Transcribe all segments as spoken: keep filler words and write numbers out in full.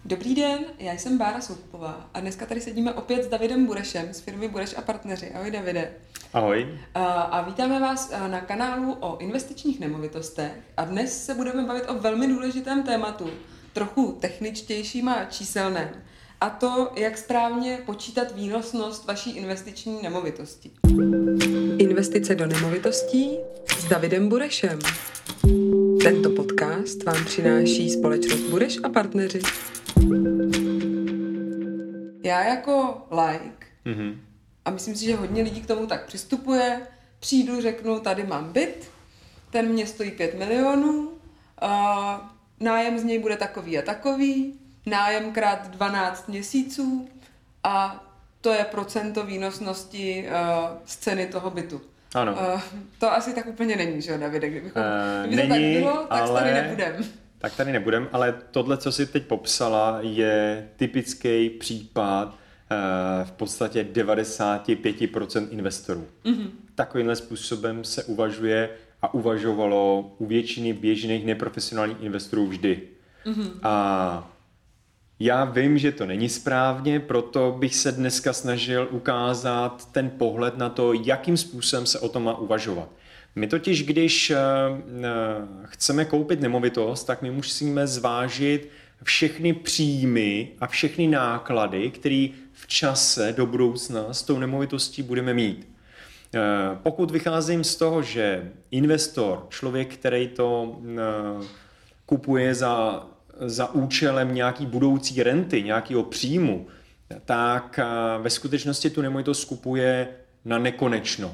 Dobrý den, já jsem Bára Soukupová a dneska tady sedíme opět s Davidem Burešem z firmy Bureš a partneři. Ahoj Davide. Ahoj. A, a vítáme vás na kanálu o investičních nemovitostech a dnes se budeme bavit o velmi důležitém tématu, trochu techničtějším a číselném, a to, jak správně počítat výnosnost vaší investiční nemovitosti. Investice do nemovitostí s Davidem Burešem. Tento podcast vám přináší společnost Bureš a partneři. Já jako like, mm-hmm. a myslím si, že hodně lidí k tomu tak přistupuje, přijdu, řeknu, tady mám byt, ten mě stojí pět milionů, a nájem z něj bude takový a takový, nájem krát dvanáct měsíců a to je procento výnosnosti uh, z ceny toho bytu. Ano. Uh, to asi tak úplně není, že jo, Davide? Kdybychom, uh, kdyby to není, tak bylo, tak ale... tady nebudem. Tak tady nebudem, ale tohle, co jsi teď popsala, je typický případ uh, v podstatě devadesát pět procent investorů. Mm-hmm. Takovýmhle způsobem se uvažuje a uvažovalo u většiny běžných neprofesionálních investorů vždy. Mm-hmm. A já vím, že to není správně, proto bych se dneska snažil ukázat ten pohled na to, jakým způsobem se o tom má uvažovat. My totiž, když chceme koupit nemovitost, tak my musíme zvážit všechny příjmy a všechny náklady, které v čase do budoucna s tou nemovitostí budeme mít. Pokud vycházím z toho, že investor, člověk, který to kupuje za, za účelem nějaký budoucí renty, nějakého příjmu, tak ve skutečnosti tu nemovitost kupuje na nekonečno.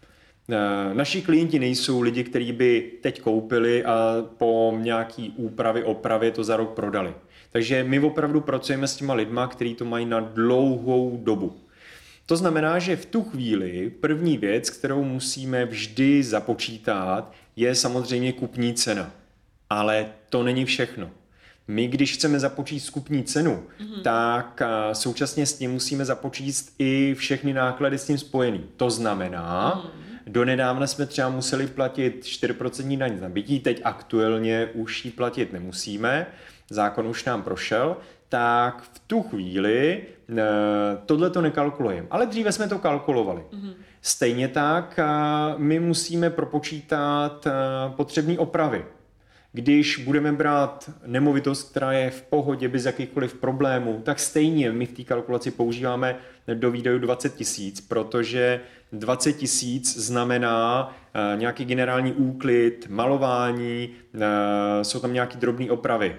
Naši klienti nejsou lidi, kteří by teď koupili a po nějaký úpravy, opravě to za rok prodali. Takže my opravdu pracujeme s těma lidma, kteří to mají na dlouhou dobu. To znamená, že v tu chvíli první věc, kterou musíme vždy započítat, je samozřejmě kupní cena. Ale to není všechno. My, když chceme započíst kupní cenu, mm-hmm. tak současně s tím musíme započíst i všechny náklady s tím spojený. To znamená, mm-hmm. donedávna jsme třeba museli platit čtyři procenta daň z nabytí, teď aktuálně už ji platit nemusíme, zákon už nám prošel, tak v tu chvíli tohle to nekalkulujeme. Ale dříve jsme to kalkulovali. Mm-hmm. Stejně tak my musíme propočítat potřebné opravy. Když budeme brát nemovitost, která je v pohodě bez jakýchkoliv problémů, tak stejně my v té kalkulaci používáme do výdajů dvacet tisíc, protože dvacet tisíc znamená uh, nějaký generální úklid, malování, uh, jsou tam nějaké drobné opravy.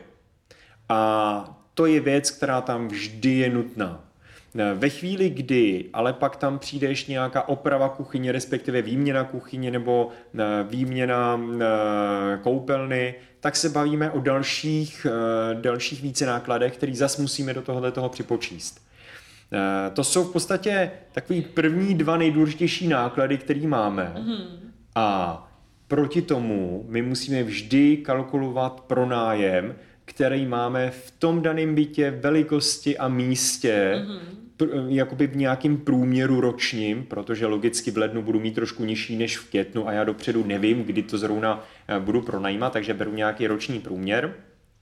A to je věc, která tam vždy je nutná. Ve chvíli, kdy ale pak tam přijde ještě nějaká oprava kuchyně, respektive výměna kuchyně nebo výměna koupelny, tak se bavíme o dalších, dalších více nákladech, který zas musíme do tohoto toho připočíst. To jsou v podstatě takový první dva nejdůležitější náklady, který máme. Mm. A proti tomu my musíme vždy kalkulovat pronájem, který máme v tom daném bytě, velikosti a místě, mm-hmm. pr- jakoby v nějakém průměru ročním, protože logicky v lednu budu mít trošku nižší než v květnu a já dopředu nevím, kdy to zrovna budu pronajímat, takže beru nějaký roční průměr.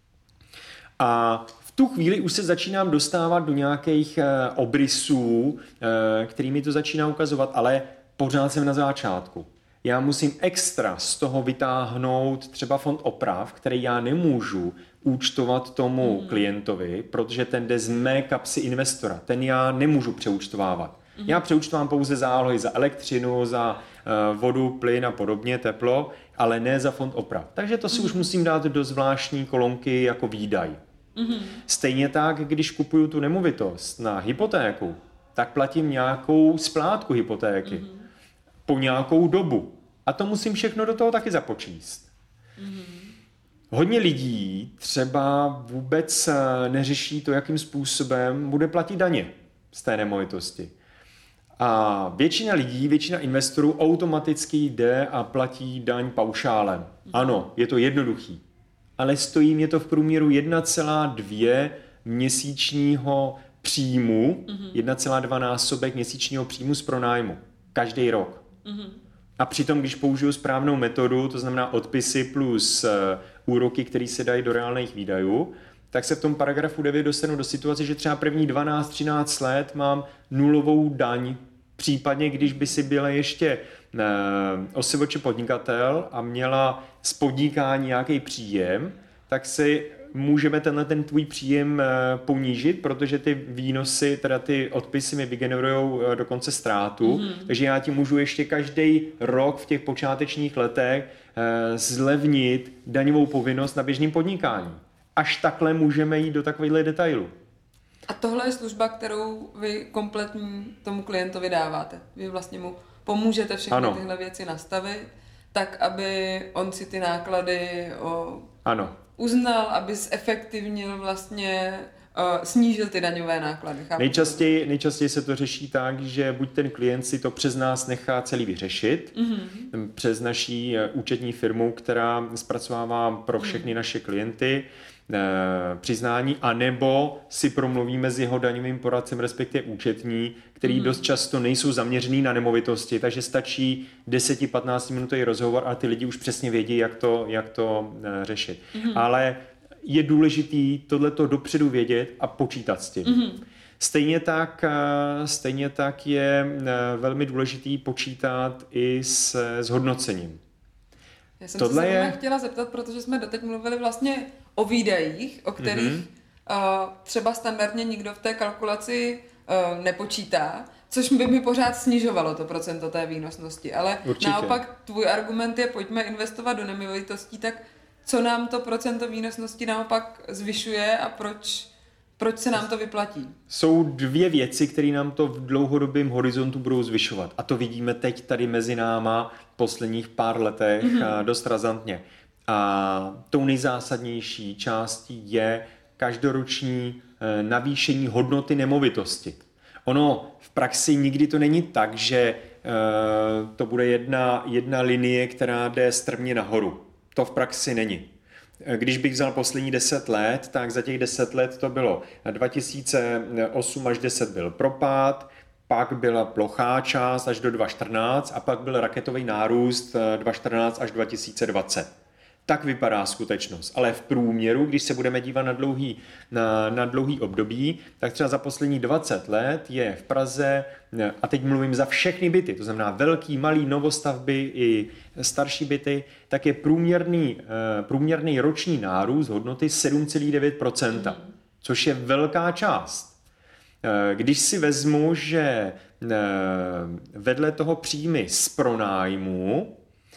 A v tu chvíli už se začínám dostávat do nějakých obrysů, kterými to začíná ukazovat, ale pořád jsem na začátku. Já musím extra z toho vytáhnout třeba fond oprav, který já nemůžu účtovat tomu mm. klientovi, protože ten jde z mé kapsy investora. Ten já nemůžu přeúčtovávat. Mm. Já přeúčtovám pouze zálohy za elektřinu, za uh, vodu, plyn a podobně, teplo, ale ne za fond oprav. Takže to si mm. už musím dát do zvláštní kolonky jako výdaj. Mm. Stejně tak, když kupuju tu nemovitost na hypotéku, tak platím nějakou splátku hypotéky. Mm. Po nějakou dobu. A to musím všechno do toho taky započíst. Mm-hmm. Hodně lidí třeba vůbec neřeší to, jakým způsobem bude platit daně z té nemovitosti. A většina lidí, většina investorů automaticky jde a platí daň paušálem. Mm-hmm. Ano, je to jednoduchý. Ale stojí mě to v průměru jedna celá dvě měsíčního příjmu, mm-hmm. jedna celá dva násobek měsíčního příjmu z pronájmu. Každý rok. Mm-hmm. A přitom, když použiju správnou metodu, to znamená odpisy plus uh, úroky, které se dají do reálných výdajů, tak se v tom paragrafu devět dostanu do situace, že třeba první dvanáct třináct let mám nulovou daň. Případně, když by si byla ještě e, OSVČ podnikatel a měla z podnikání nějaký příjem, tak si můžeme tenhle ten tvůj příjem e, ponížit, protože ty výnosy, teda ty odpisy mi vygenerujou e, dokonce ztrátu, mm-hmm. takže já ti můžu ještě každý rok v těch počátečních letech e, zlevnit daňovou povinnost na běžném podnikání. Až takhle můžeme jít do takovýchhle detailů. A tohle je služba, kterou vy kompletně tomu klientovi dáváte. Vy vlastně mu pomůžete všechny ano. tyhle věci nastavit, tak aby on si ty náklady o, ano. uznal, aby zefektivnil vlastně, o, snížil ty daňové náklady. Nejčastěji, nejčastěji se to řeší tak, že buď ten klient si to přes nás nechá celý vyřešit, mm-hmm. přes naší účetní firmu, která zpracovává pro všechny mm. naše klienty přiznání, anebo si promluvíme s jeho daňovým poradcem, respektive účetní, který mm. dost často nejsou zaměřený na nemovitosti, takže stačí deset patnáct minutový rozhovor a ty lidi už přesně vědí, jak to, jak to řešit. Mm. Ale je důležitý tohleto dopředu vědět a počítat s tím. Mm. Stejně tak, stejně tak je velmi důležitý počítat i s, s hodnocením. Já jsem Tohle se je... chtěla zeptat, protože jsme doteď mluvili vlastně o výdajích, o kterých mm-hmm. uh, třeba standardně nikdo v té kalkulaci uh, nepočítá, což by mi pořád snižovalo to procento té výnosnosti. Ale Určitě. Naopak tvůj argument je, pojďme investovat do nemovitostí, tak co nám to procento výnosnosti naopak zvyšuje a proč, proč se nám to vyplatí? Jsou dvě věci, které nám to v dlouhodobém horizontu budou zvyšovat. A to vidíme teď tady mezi náma v posledních pár letech mm-hmm. dost razantně. A tou nejzásadnější částí je každoroční navýšení hodnoty nemovitosti. Ono v praxi nikdy to není tak, že to bude jedna, jedna linie, která jde strmě nahoru. To v praxi není. Když bych vzal poslední deset let, tak za těch deset let to bylo dva tisíce osm až deset byl propad, pak byla plochá část až do dva tisíce čtrnáct a pak byl raketový nárůst dva tisíce čtrnáct až dva tisíce dvacet. Tak vypadá skutečnost. Ale v průměru, když se budeme dívat na dlouhý, na, na dlouhý období, tak třeba za poslední dvacet let je v Praze, a teď mluvím za všechny byty, to znamená velký, malý, novostavby i starší byty, tak je průměrný, průměrný roční nárůst hodnoty sedm celá devět procenta, mm. což je velká část. Když si vezmu, že vedle toho příjmy z pronájmu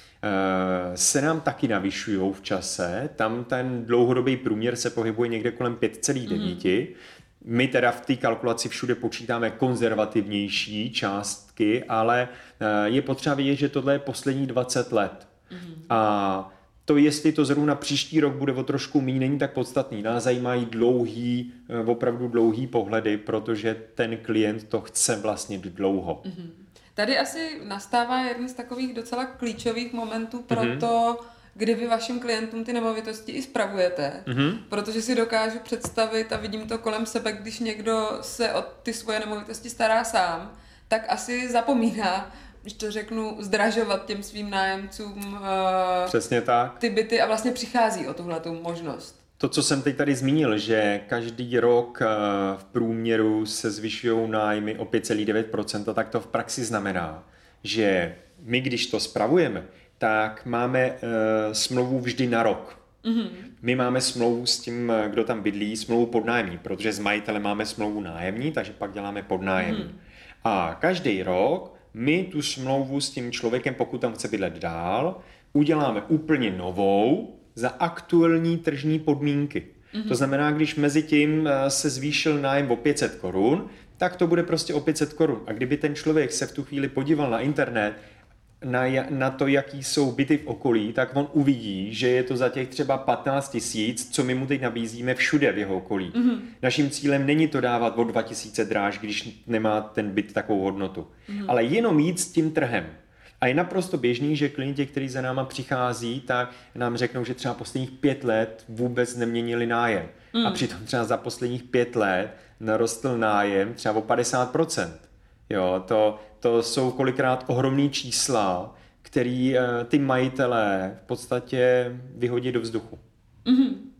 se nám taky navyšují v čase, tam ten dlouhodobý průměr se pohybuje někde kolem pět celá devět. Mm. My teda v té kalkulaci všude počítáme konzervativnější částky, ale je potřeba vědět, že tohle je poslední dvacet let. Mm. A to, jestli to zrovna příští rok bude o trošku méně, není tak podstatný. Nás zajímají dlouhý, opravdu dlouhý pohledy, protože ten klient to chce vlastně dlouho. Mm. Tady asi nastává jeden z takových docela klíčových momentů pro mm-hmm. to, kdy vy vašim klientům ty nemovitosti i spravujete, mm-hmm. protože si dokážu představit a vidím to kolem sebe, když někdo se o ty svoje nemovitosti stará sám, tak asi zapomíná, když to řeknu, zdražovat těm svým nájemcům uh, Přesně tak. ty byty a vlastně přichází o tuhletu možnost. To, co jsem teď tady zmínil, že každý rok v průměru se zvyšují nájmy o pět celá devět procenta, tak to v praxi znamená, že my, když to spravujeme, tak máme uh, smlouvu vždy na rok. Mm-hmm. My máme smlouvu s tím, kdo tam bydlí, smlouvu podnájemní, protože s majitelem máme smlouvu nájemní, takže pak děláme podnájemní. Mm. A každý rok my tu smlouvu s tím člověkem, pokud tam chce bydlet dál, uděláme úplně novou, za aktuální tržní podmínky. Mm-hmm. To znamená, když mezi tím se zvýšil nájem o pět set korun, tak to bude prostě o pět set korun. A kdyby ten člověk se v tu chvíli podíval na internet, na, na to, jaký jsou byty v okolí, tak on uvidí, že je to za těch třeba patnáct tisíc, co my mu teď nabízíme všude v jeho okolí. Mm-hmm. Naším cílem není to dávat o dva tisíce dráž, když nemá ten byt takovou hodnotu. Mm-hmm. Ale jenom jít s tím trhem. A je naprosto běžný, že klienti, kteří za náma přichází, tak nám řeknou, že třeba posledních pět let vůbec neměnili nájem. Mm. A přitom třeba za posledních pět let narostl nájem třeba o padesát procent. Jo, to, to jsou kolikrát ohromný čísla, který ty majitelé v podstatě vyhodí do vzduchu. Mm.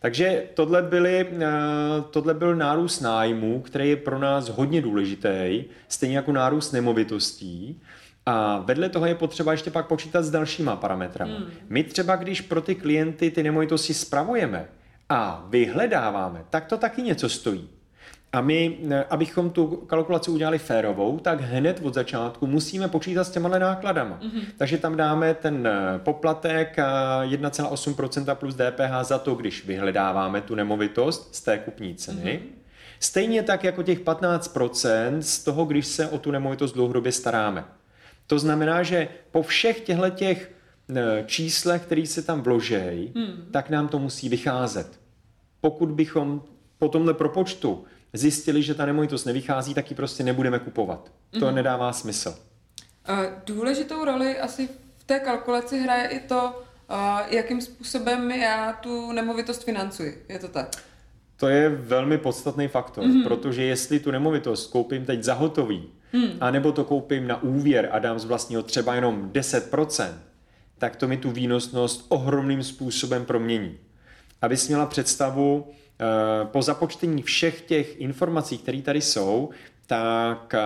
Takže tohle, byly, tohle byl nárůst nájmu, který je pro nás hodně důležitý, stejně jako nárůst nemovitostí. A vedle toho je potřeba ještě pak počítat s dalšíma parametrami. Hmm. My třeba, když pro ty klienty ty nemovitosti spravujeme a vyhledáváme, tak to taky něco stojí. A my, abychom tu kalkulaci udělali férovou, tak hned od začátku musíme počítat s těma nákladama. Mm-hmm. Takže tam dáme ten poplatek jedna celá osm procenta plus D P H za to, když vyhledáváme tu nemovitost z té kupní ceny. Mm-hmm. Stejně tak jako těch patnáct procent z toho, když se o tu nemovitost dlouhodobě staráme. To znamená, že po všech těchto těch číslech, které se tam vložej, mm. tak nám to musí vycházet. Pokud bychom po tomhle propočtu zjistili, že ta nemovitost nevychází, tak ji prostě nebudeme kupovat. To mm. nedává smysl. Důležitou roli asi v té kalkulaci hraje i to, jakým způsobem já tu nemovitost financuji. Je to tak? To je velmi podstatný faktor, mm. protože jestli tu nemovitost koupím teď za hotový, mm. anebo to koupím na úvěr a dám z vlastního třeba jenom deset procent, tak to mi tu výnosnost ohromným způsobem promění. Abys měla představu, po započtení všech těch informací, které tady jsou, tak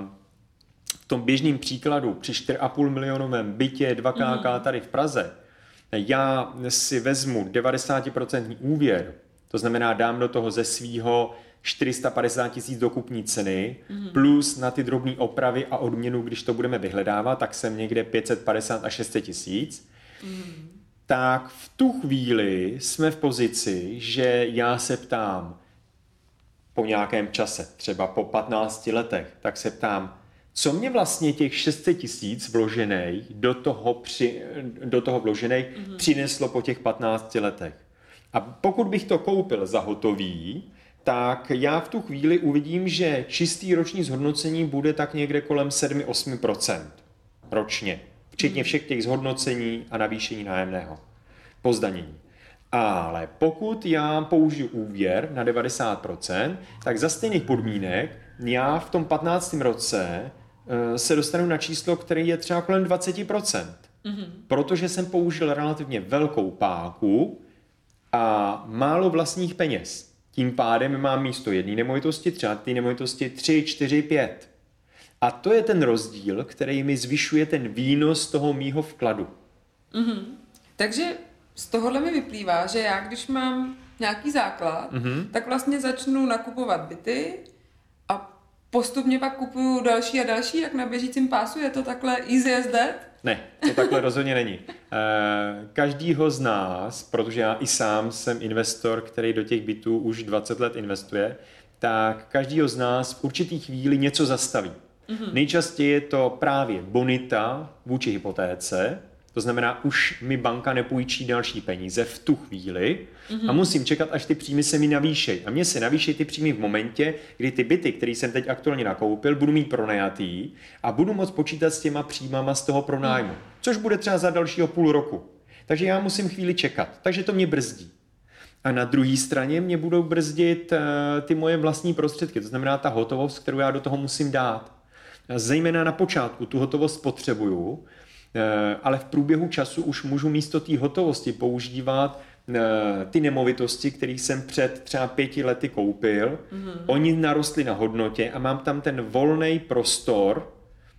v tom běžném příkladu při čtyři a půl milionovém bytě dva ká ká tady v Praze, já si vezmu devadesát procent úvěr, to znamená dám do toho ze svýho čtyři sta padesát tisíc do kupní ceny, mm. plus na ty drobné opravy a odměnu, když to budeme vyhledávat, tak jsem někde pět set padesát až šest set tisíc. Mm. Tak v tu chvíli jsme v pozici, že já se ptám po nějakém čase, třeba po patnácti letech, tak se ptám, co mě vlastně těch šest set tisíc vložených do toho, při, do toho vložených mm-hmm. přineslo po těch patnácti letech. A pokud bych to koupil za hotový, tak já v tu chvíli uvidím, že čistý roční zhodnocení bude tak někde kolem sedm až osm procent ročně. Včetně všech těch zhodnocení a navýšení nájemného po zdanění. Ale pokud já použiju úvěr na devadesát procent, tak za stejných podmínek já v tom patnáctém roce se dostanu na číslo, které je třeba kolem dvacet procent. Mm-hmm. Protože jsem použil relativně velkou páku a málo vlastních peněz. Tím pádem mám místo jedné nemovitosti třeba ty nemovitosti tři, čtyři, pět. A to je ten rozdíl, který mi zvyšuje ten výnos toho mýho vkladu. Mm-hmm. Takže z tohohle mi vyplývá, že já, když mám nějaký základ, mm-hmm. tak vlastně začnu nakupovat byty a postupně pak kupuju další a další, jak na běžícím pásu. Je to takhle easy as that? Ne, to takhle rozhodně není. Každýho z nás, protože já i sám jsem investor, který do těch bytů už dvacet let investuje, tak každýho z nás v určitý chvíli něco zastaví. Mm-hmm. Nejčastěji je to právě bonita vůči hypotéce, to znamená, už mi banka nepůjčí další peníze v tu chvíli mm-hmm. a musím čekat, až ty příjmy se mi navýšejí. A mně se navýšejí ty příjmy v momentě, kdy ty byty, které jsem teď aktuálně nakoupil, budu mít pronajatý a budu moct počítat s těma příjmama z toho pronájmu, což bude třeba za dalšího půl roku. Takže já musím chvíli čekat, takže to mě brzdí. A na druhé straně mě budou brzdit uh, ty moje vlastní prostředky, to znamená ta hotovost, kterou já do toho musím dát. A zejména na počátku tu hotovost potřebuju, ale v průběhu času už můžu místo té hotovosti používat ty nemovitosti, které jsem před třeba pěti lety koupil. Mm-hmm. Oni narostli na hodnotě a mám tam ten volný prostor,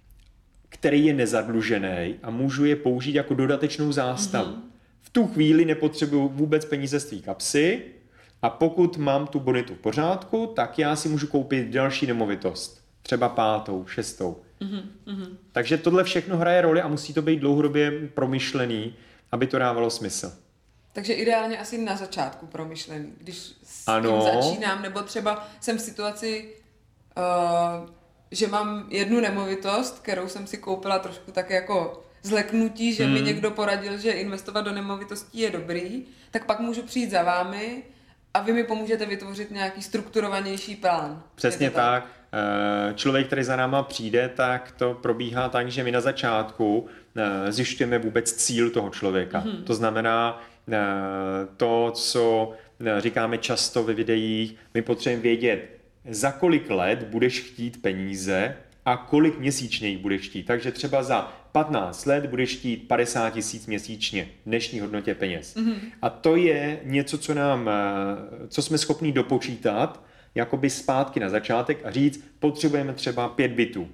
který je nezadlužený a můžu je použít jako dodatečnou zástavu. Mm-hmm. V tu chvíli nepotřebuju vůbec peníze z té kapsy a pokud mám tu bonitu v pořádku, tak já si můžu koupit další nemovitost. Třeba pátou, šestou. Mm-hmm, mm-hmm. Takže tohle všechno hraje roli a musí to být dlouhodobě promyšlený, aby to dávalo smysl. Takže ideálně asi na začátku promyšlený, když s ano. tím začínám, nebo třeba jsem v situaci, uh, že mám jednu nemovitost, kterou jsem si koupila trošku tak jako zleknutí, že hmm. mi někdo poradil, že investovat do nemovitostí je dobrý, tak pak můžu přijít za vámi a vy mi pomůžete vytvořit nějaký strukturovanější plán. Přesně tak. tak. Člověk, který za náma přijde, tak to probíhá tak, že my na začátku zjišťujeme vůbec cíl toho člověka. Mm-hmm. To znamená to, co říkáme často ve videích, my potřebujeme vědět, za kolik let budeš chtít peníze a kolik měsíčně jich budeš chtít. Takže třeba za patnáct let budeš chtít padesát tisíc měsíčně v dnešní hodnotě peněz. Mm-hmm. A to je něco, co nám, co jsme schopni dopočítat, jakoby zpátky na začátek a říct, potřebujeme třeba pět bytů.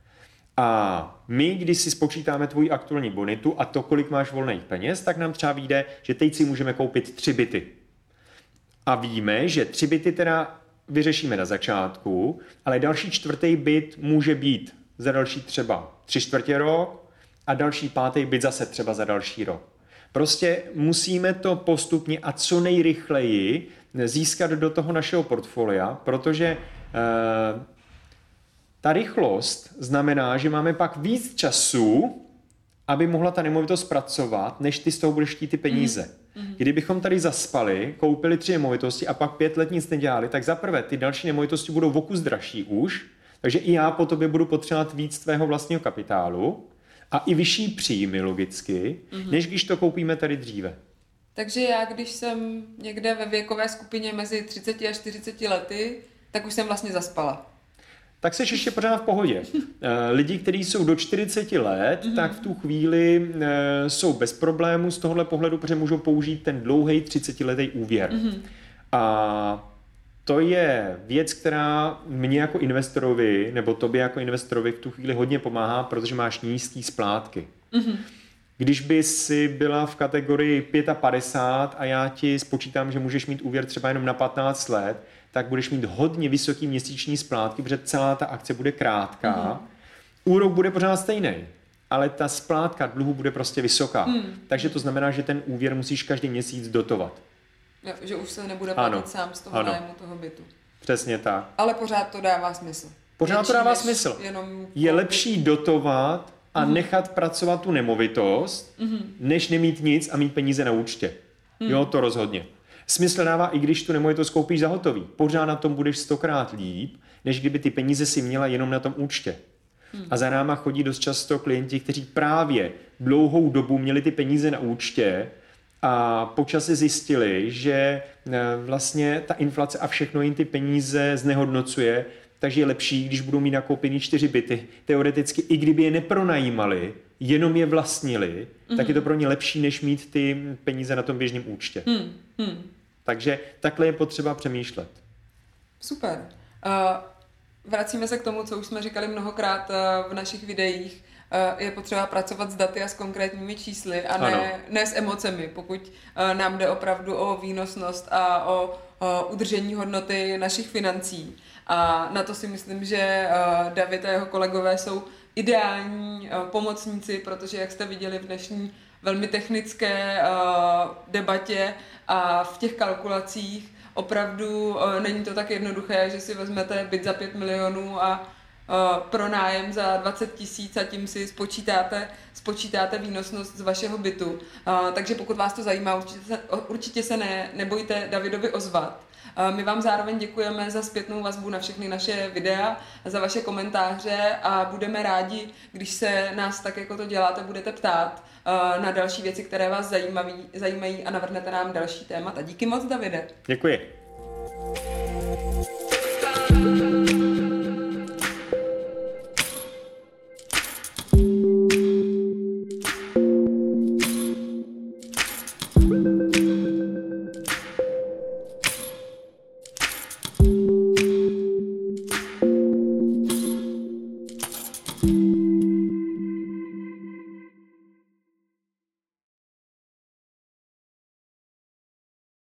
A my, když si spočítáme tvoji aktuální bonitu a to, kolik máš volných peněz, tak nám třeba vyjde, že teď si můžeme koupit tři byty. A víme, že tři byty teda vyřešíme na začátku, ale další čtvrtý byt může být za další třeba tři čtvrtě rok a další pátý byt zase třeba za další rok. Prostě musíme to postupně a co nejrychleji získat do toho našeho portfolia, protože eh, ta rychlost znamená, že máme pak víc času, aby mohla ta nemovitost pracovat, než ty z toho budeš chtít ty peníze. Mm. Kdybychom tady zaspali, koupili tři nemovitosti a pak pět let nic nedělali, tak zaprvé ty další nemovitosti budou o kus dražší už, takže i já po tobě budu potřebovat víc tvého vlastního kapitálu a i vyšší příjmy logicky, mm. než když to koupíme tady dříve. Takže já, když jsem někde ve věkové skupině mezi třiceti a čtyřiceti lety, tak už jsem vlastně zaspala. Tak seš ještě pořád v pohodě. Lidi, kteří jsou do čtyřiceti let, mm-hmm. tak v tu chvíli jsou bez problémů z tohohle pohledu, protože můžou použít ten dlouhý třicetiletý úvěr. Mm-hmm. A to je věc, která mě jako investorovi, nebo tobě jako investorovi v tu chvíli hodně pomáhá, protože máš nízký splátky. Mm-hmm. Když by si byla v kategorii padesát pět a já ti spočítám, že můžeš mít úvěr třeba jenom na patnáct let, tak budeš mít hodně vysoký měsíční splátky, protože celá ta akce bude krátká. Mm. Úrok bude pořád stejný, ale ta splátka dluhu bude prostě vysoká. Mm. Takže to znamená, že ten úvěr musíš každý měsíc dotovat. Jo, že už se nebude platit ano. sám z toho ano. nájmu toho bytu. Přesně tak. Ale pořád to dává smysl. Pořád Větší to dává smysl. Jenom je lepší dotovat a mm. nechat pracovat tu nemovitost, mm. než nemít nic a mít peníze na účtě. Mm. Jo, to rozhodně. Smysl dává, i když tu nemovitost koupíš za hotový. Pořád na tom budeš stokrát líp, než kdyby ty peníze si měla jenom na tom účtě. Hmm. A za náma chodí dost často klienti, kteří právě dlouhou dobu měli ty peníze na účtě a po čase zjistili, že vlastně ta inflace a všechno jim ty peníze znehodnocuje, takže je lepší, když budou mít nakoupený čtyři byty. Teoreticky, i kdyby je nepronajímali, jenom je vlastnili, hmm. tak je to pro ně lepší, než mít ty peníze na tom běžném účtě. Hmm. Hmm. Takže takhle je potřeba přemýšlet. Super. Uh, vracíme se k tomu, co už jsme říkali mnohokrát uh, v našich videích. Uh, je potřeba pracovat s daty a s konkrétními čísly a ne, ne s emocemi, pokud uh, nám jde opravdu o výnosnost a o uh, udržení hodnoty našich financí. A na to si myslím, že uh, David a jeho kolegové jsou ideální uh, pomocníci, protože jak jste viděli v dnešní velmi technické uh, debatě a v těch kalkulacích opravdu uh, není to tak jednoduché, že si vezmete byt za pět milionů a uh, pronájem za dvacet tisíc a tím si spočítáte, spočítáte výnosnost z vašeho bytu. Uh, takže pokud vás to zajímá, určitě se, určitě se ne, nebojte Davidovi ozvat. My vám zároveň děkujeme za zpětnou vazbu na všechny naše videa, za vaše komentáře a budeme rádi, když se nás tak, jako to děláte, budete ptát na další věci, které vás zajímají, zajímají a navrhnete nám další témata. Díky moc, Davide. Děkuji.